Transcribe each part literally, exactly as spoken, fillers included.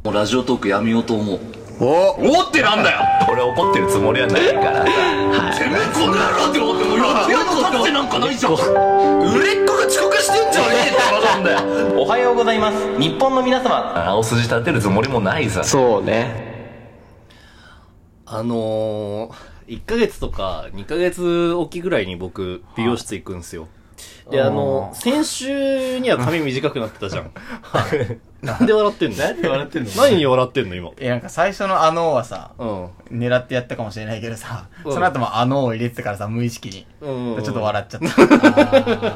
もうラジオトークやめようと思う。 おおってなんだよ。 俺怒ってるつもりはないからさ。 てめえこの野郎って思ってもやってやったってなんかないじゃん。売れっ子が遅刻してんじゃねえって話なんだよ。 おはようございます。日本の皆様。 青筋立てるつもりもないさ。 そうね。 あのー、いっかげつとかにかげつおきぐらいに僕美容室行くんですよ。で、あの、先週には髪短くなってたじゃん。なんで笑ってんの？ 何で笑ってんの？ 何に笑ってんの今。 いや、なんか最初のあのーはさ、 うん。 狙ってやったかもしれないけどさ、 うんその後もあのーを入れてたからさ、無意識に。 うん。 ちょっと笑っちゃった。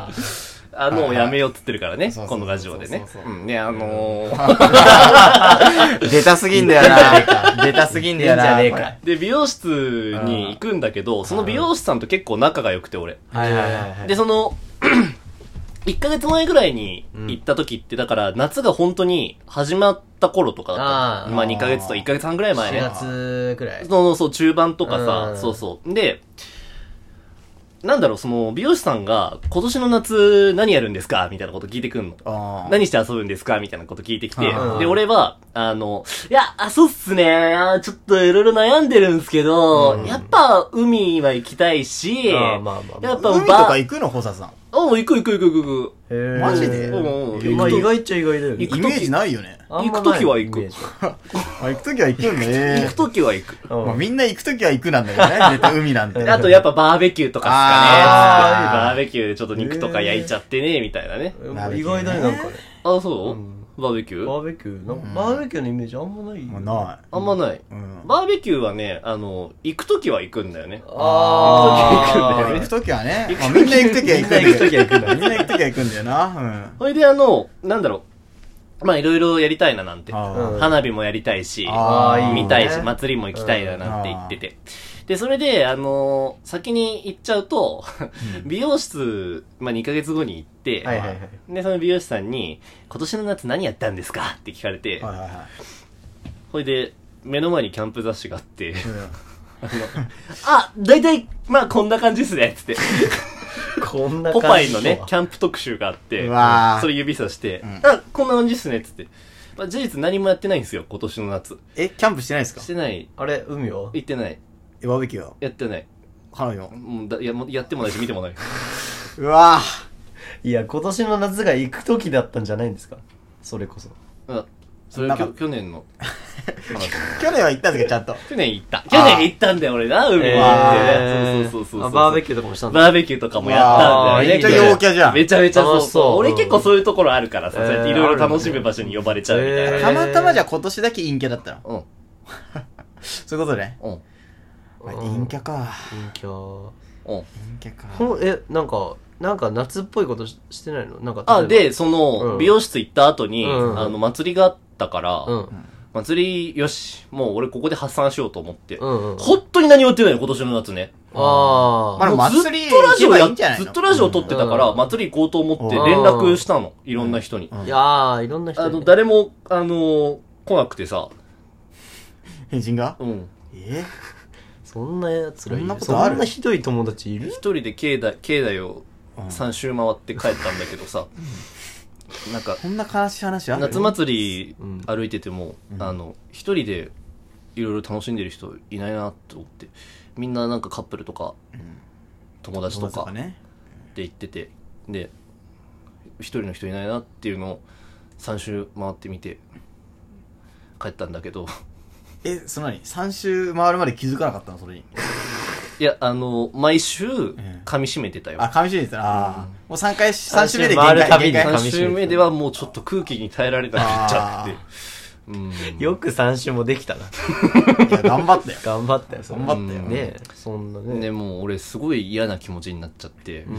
あの、やめようって言ってるからね。 そうそうそうこのラジオでねそうそう。そううん。ね、あのー、 出たすぎんだよな。出たすぎんだよな。 いいんじゃねえかで、美容室に行くんだけど、その美容師さんと結構仲が良くて俺。 はいはいはいはい。 で、その、いっかげつまえぐらいに行った時って、だから夏が本当に始まった頃とかだったあーの。まあにかげつといっかげつはんぐらい前しね。 がつくらい。 その、そう、中盤とかうさ、 んそうそう。で、なんだろう、その、美容師さんが、今年の夏何やるんですかみたいなこと聞いてくんの。 あー何して遊ぶんですかみたいなこと聞いてきてう。んで、俺は、あの、いや、あ、そうっすね。あちょっといろいろ悩んでるんですけど、やっぱ海は行きたいし、 あーまあまあまあやっぱ海とか行くの、ホサさん。 お行く行く行く行く行く。 へーマジでうんうん。 まあ行くと意外っちゃ意外だよね。 行くイメージないよね。 あんまない行くときは行くイメージあ、行くときは行くんだね。 行くときは行く。 うんまあみんな行くときは行くなんだけどね。絶対海なんて。 あとやっぱバーベキューとかっすかね。 あーバーベキューでちょっと肉とか焼いちゃってね、みたいなね。 意外だね、なんかね。 あ、そうバーベキューバーベキューなんかバーベキューのイメージあんまない。 もうなあんまない。 い。うん。 バーベキューはね、あの、行くときは行くんだよね。 あ行くときはね。まあみんな行くときは行くんだよ。 みんな行くときは行くんだみんな行くときは行くんだよな。 それであの、なんだろう。まあいろいろやりたいななんて。 うん。あうん花火もやりたいし、 あー、いいね。 見たいし、祭りも行きたいななんて言ってて。で、それで、あのー先に行っちゃうと、美容室、まあ、にかげつごに行って、 はいはいはい。 で、その美容師さんに、今年の夏何やったんですかって聞かれて、 はいはいはい。 ほいで、目の前にキャンプ雑誌があって、 うんあの、あ、だいたい、まあこんな感じっすね、つって。 こんなポ感じ。 パイのね、キャンプ特集があってうわー、 それ指さして、 んあ、こんな感じっすね、つって。まあ事実何もやってないんですよ、今年の夏。 え、キャンプしてないですか？ してない、 あれ、海は行ってない、 えバーベキューはやってない。 花火も。 もうだいや、もうやってもないし見てもない。 うわいや、今年の夏が行く時だったんじゃないんですか？それこそ。 あ、それなんかきょ去年の。 ぁ。去年は行ったんですか、ちゃんと。 去年行った。去年行ったんだよ、俺な、海に行ってね。そうそうそうそう。 あ、バーベキューとかもしたんだ。 バーベキューとかもやったんだよね。 あーめっちゃ陽キャじゃんめちゃめちゃそう楽しそう俺結構そういうところあるからさ、 えーそうやっていろいろ楽しむ場所に呼ばれちゃうみたいえーな。 たまたまじゃあ今年だけ陰キャだったの。 うん。 そういうことね。 うん。 まあ陰キャか。 陰キャうん。 陰キャか。 ほんえ、なんか、なんか夏っぽいことししてないのなんか。 あ、 例えばで、その、 うん美容室行った後に、 うんあの、祭りがあったから、 うん。 祭り、よし、もう俺ここで発散しようと思って。 うんうん。 本当に何もやってないの、今年の夏ね。 あまあでももうずっ祭りとラジオや行けばいいんじゃないのずっとラジオ撮ってたから、 うん祭り行こうと思ってうん連絡したの。いろんな人に。 あ。いやー、いろんな人にね。 あの、誰も、あのー来なくてさ、 返信がうん。 えそんなやつらいるそんなことあるそんなひどい友達いる一人で境内、境内をうんさん周回って帰ったんだけどさ、なんか、 こんな悲しい話ある夏祭りうん歩いてても、あの、一人でいろいろ楽しんでる人いないなって思って、みんななんかカップルとか、友達とかとかね。 で行ってて、で、一人の人いないなっていうのをさん周回ってみて、帰ったんだけど、 え、その何 ?さん 周回るまで気づかなかったのそれに。 いや、あの、毎週、噛み締めてたよ。 あ、噛み締めてたな。あーもうさんかい、さん周目で回る限界。 たびに限界さん週目ではもうちょっと空気に耐えられなくなっちゃって。うん。 よくさん週もできたな。 いや、頑張ったよ。 頑張ったよ、それ頑張ったよ。 ねえ、そんなね。 でもう俺すごい嫌な気持ちになっちゃって。 うん。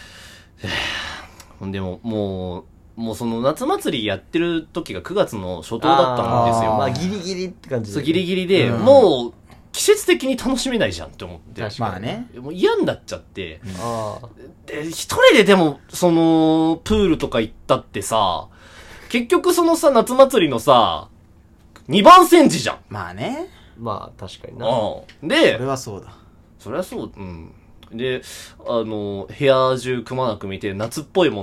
ほんでももう、もうその夏祭りやってる時がくがつの初頭だったんですよ。 まあ、ギリギリって感じそうギリギリで、 うんもう季節的に楽しめないじゃんって思って。 確かにまあね。 もう嫌になっちゃって。 ああ。 で、一人ででも、その、プールとか行ったってさ、結局そのさ、夏祭りのさ、二番煎じじゃん。 まあね。 まあ、確かにな。 うん。 そでれ、はそうだ。 そりゃそう、うん。で、あの、部屋中くまなく見て、夏っぽいものを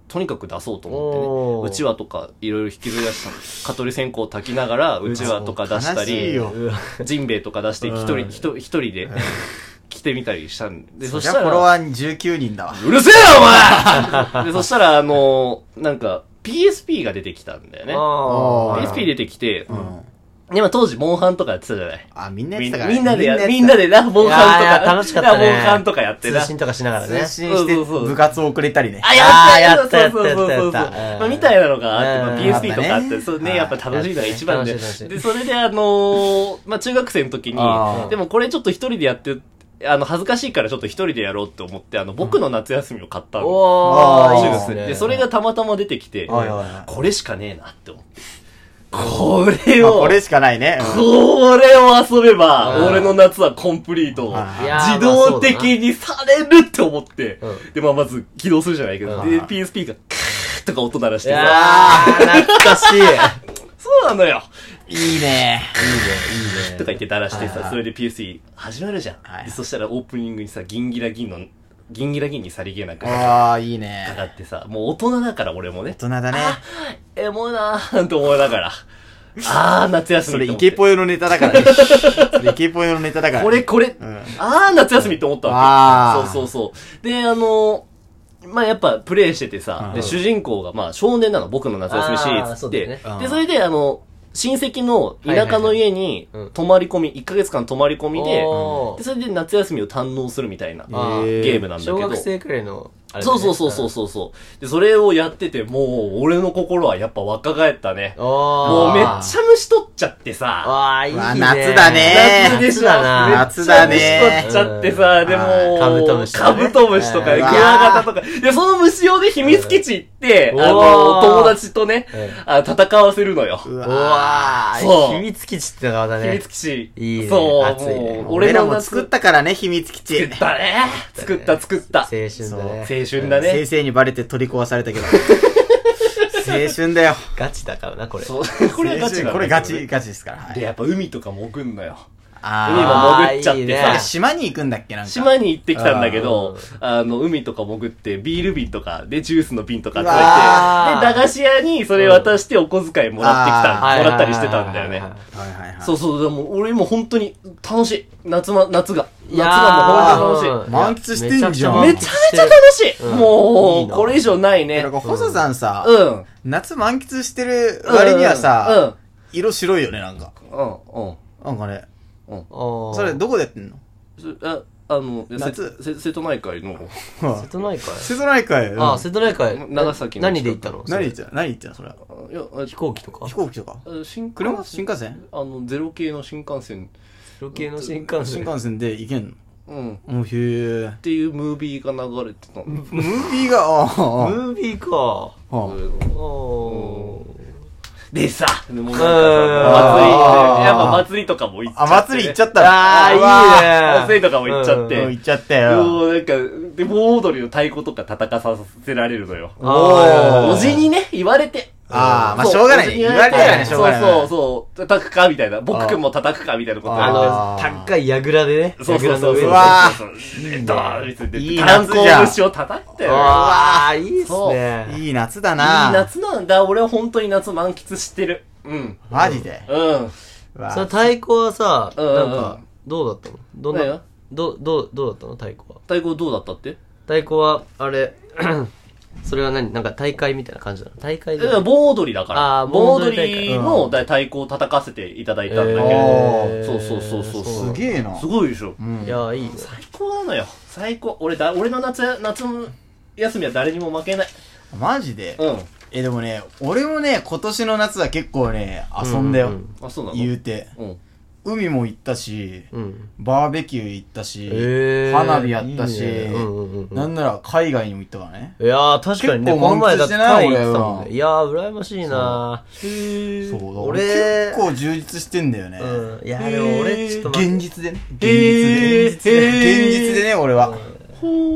とにかく出そうと思おーってね。うちわとかいろいろ引きずり出した蚊取り線香を焚きながら、うちわとか出した悲しいりよ、 ジンベエとか出して一人、 うん一人一人で着てみたりしたんで、そそしたら、 したらフォロワーじゅうきゅうにんだわ。 うるせえよお前で、そしたらあの、なんか、ピーエスピー が出てきたんだよね。 あーピーエスピー 出てきて、 うん。 でも当時、モンハンとかやってたじゃない。 あ、みんなやっみんてたからみんなでや、 ってたみんなでな、モンハンといやいやか。 楽しかったねモンハンとかやってな。 通信とかしながらね通。信してそうそうそう部活を送れたりね。 あ、やあーやっったたやったそうそうそうそうやったやったまあみたいなのがあって、まあうんピーエスピー とかあって、 あったねそうね、やっぱ楽しいのが一番で。 楽しい楽しいで、それであのー、まあ中学生の時にあー、 でもこれちょっと一人でやって、あの、恥ずかしいからちょっと一人でやろうって思って、あの、僕の夏休みを買ったの。 おー、いいあーですね。 で、それがたまたま出てきて、 はいはいはいこれしかねえなって思って。これを、 まあこれしかないね。うんこれを遊べば、 うん俺の夏はコンプリート。 はいいやー自動的にされるって思ってう、 で、まあまず起動するじゃないけど、 うんで、ピーエスピー がカーッとか音鳴らしていやさ、 ー、懐かしい。いいね、 そうなのよいいね。 いいね。 とか言って鳴らしてさ、 はいはいそれで ピーエスピー 始まるじゃん。 はいはいでそしたらオープニングにさ、ギンギラギンの、ギンギラギンにさりげなくかああ、いいかね。 ってさ、もう大人だから俺もね大、人だね。 エモいなーと思いながら、あー、夏休みそれって思ってイケポヨのネタだからね。それイケポヨのネタだからね。 これこれ、 うんあー、夏休みって思ったわけ。 あーそうそうそう。で、あの、まあ、やっぱプレイしててさ、 うんで、主人公がまあ少年なの、僕の夏休みシリーズって。 あーそうだよねうんで、それであの、親戚の田舎の家にはいはいはいうん泊まり込み、いっかげつかん泊まり込みで、 おーで、それで夏休みを堪能するみたいなあーゲームなんだけど。 小学生くらいの、あれだねそうそうそうそうそうそう。で、それをやってて、もう、俺の心はやっぱ若返ったね。ももうめっちゃ虫取っちゃってさ、 あー、いいね。 うわ夏だね夏でしょ。 夏だな夏だねめっちゃ虫取っちゃってさ、でもうんカブトムシとかねカブトムシとか、クうわワガタとか。で、その虫用で秘密基地行って、 うんあの、 うわ友達とねうん、 あ戦わせるのよ。 ううわー、 そう秘密基地って側だね。 秘密基地。 いいねそう、 熱いねもう、 俺らも俺の夏作ったからね、秘密基地。 作ったね。作った作った。 青春だね。 青春だね。 先生にバレて取り壊されたけど。青春だよ。 ガチだからな、これ。 そう、これはガチなんだけどねこれガチ、ガチですから。はいで、やっぱ海とか潜んのよ。 あ海ーも潜っちゃってあーいいねさあれ、島に行くんだっけなんか。 島に行ってきたんだけどあ、 あの、海とか潜って、ビール瓶とかでジュースの瓶とかう集めわーて、で、駄菓子屋にそれ渡してお小遣いもらってきた、 あーもらったりしてたんだよね。 はいはいはい。 そうそう、でも俺も本当に楽しい。夏ま、夏が。夏いやーがもう本当に楽しい。 満喫してんじゃんめちゃめちゃ楽しい、 うんも、 いういなこれ以上ないね。 なんか、細さんさ、 うん。 夏満喫してる割にはさ、 うん。 色白いよね、なんか。 うん。うん。 なんかね、 あーそれどこでやってんのそあ、あの、 夏せせ瀬戸内海の、 瀬戸内海瀬戸内海。うんあー、瀬戸内海。 長崎の何で行ったの何言ってた何言ってたそれ。 いや、あ飛行機とか飛行機とかあ新車新幹線あの、ゼロ系の新幹線。 ロケの新幹線。 新幹線で行けんのうん。っもうへえ。 ていうムービーが流れてたの。 ムービーが、ああ、ああムービーか。 ああおー。 でさ、でもなんかうんさ、祭り、 あーやっぱ祭りとかも行っちゃあ、 ってね。 祭り行っちゃったのあー、いいね。 祭りとかも行っちゃって。 うん行っちゃったよ。 もうなんか、で、盆踊りの太鼓とか叩かさせられるのよ。 おーおじにね、言われて。 あーまあそしょうがないおじに言われたらねしょうがないそうそうそう。叩くかみたいな。僕くんも叩くかみたいなこと言われて。 あの、高い櫓でね。 そうそうそう。 櫓の上にうわそうそうそうえっと、みたいないい炭夏じゃん鉱節を叩いたよ。 わー、いいっすね。 いい夏だいいな。 夏なんだ。俺は本当に夏満喫してる。うん。 マジで。 うん。 うわその太鼓はさ、 うんうんうんなんか、どうだったのどんな何が、 ど、どう、どうだったの太鼓は。 太鼓どうだったって太鼓は、あれ、それは何なんか大会みたいな感じなの大会で。 え盆踊りだから。 あー盆踊盆踊り大会りの太鼓を叩かせていただいたんだけど。 えーそうそうそうそうそうすげえな。 すごいでしょ。 うんいや、いいね。 最高なのよ。最高。俺だ、俺の夏、夏休みは誰にも負けない。 マジでうん。 え、でもね、俺もね、今年の夏は結構ね、遊んだよ。 うんあ、そうなの言うて。 うん。 海も行ったし、 うん。 バーベキュー行ったし、 えー花火やったし、 いいねうんうんうんなんなら海外にも行ったからね。 いやー、確かにね、 結構この前だってタイ行ってたもん満喫してない俺はね。いやー、羨ましいなそうだ、 俺俺結構充実してんだよね。 うん。いや、でも俺、ちょっと待って現実でね。現実へーで。現実で。 へー現実でね、俺は。 ほー。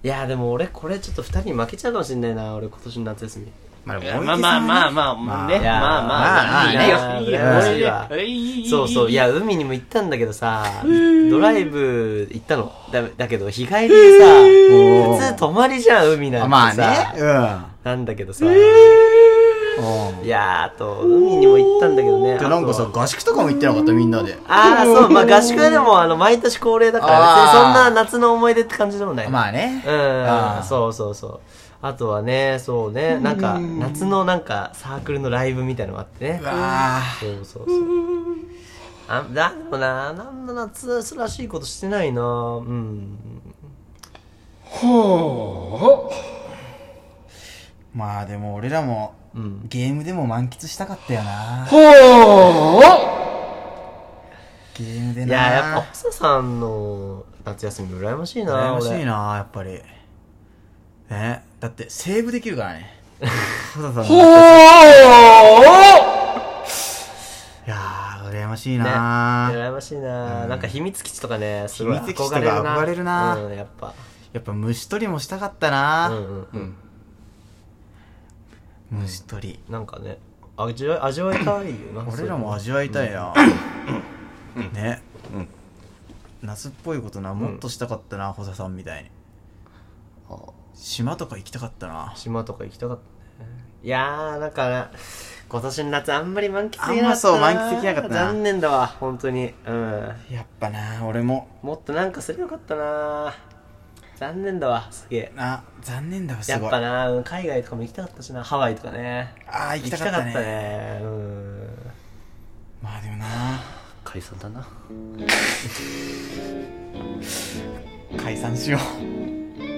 いやでも俺これちょっと二人に負けちゃうかもしんないな、俺今年の夏休み。 まあいやまあまあまあまあ、 まあね。 いやまあまあまあまあ、いいよ、いいよ。 うん俺うんでいいそうそう、いや、海にも行ったんだけどさ、ドライブ行ったの。だ、だけど、日帰りでさ、普通泊まりじゃん、海なんてまあさ。 ね。うん。 なんだけどさ、 うん。 いやー、あと、海にも行ったんだけどね。 で、なんかさ、 あと合宿とかも行ってなかったみんなで。 あー、そう、まあ合宿はでも、あの、毎年恒例だから、別あーにそんな夏の思い出って感じでもない。 まあね。 うん、 あーそうそうそう。あとはね、そうね、なんか、夏のなんか、サークルのライブみたいなのがあってねう。わそうそうそう。あ、だ、でもな、なんだ夏らしいことしてないな。うん。 ー。まあでも俺らも、 うん。 ゲームでも満喫したかったよな。ゲームでな。 いや、やっぱ、細さんの夏休み羨ましいな。 羨ましい俺。 な、やっぱり。ね。だって、セーブできるからね。細田さんの夏休みいやー、羨ましいね、 な、 羨ましいな、 うんなんか秘密基地とかね、すごい秘密基地とか憧れるな。 憧れるなうん、やっぱ。 やっぱ虫取りもしたかったな、 うんうんうん。 虫取り。 なんかね、味わい、味わいたいよな。 俺らも味わいたいな、ね、夏っぽいことな、もっとしたかったな、細田さんみたいに。島とか行きたかったな。 島とか行きたかったね。いやー、なんかね、今年の夏あんまり満喫できなかったな。 あんまそう満喫できなかったな残念だわ、本当に。うん。 やっぱな、俺も。 もっとなんかすればよかったな。残念だわ、すげえ。 な、残念だわ、すやごい。 っぱな、うん海外とかも行きたかったしな、ハワイとかね。 ああ、行きたかったね。 ね。うん。 まあでもな、 解散だな。 解散しよう。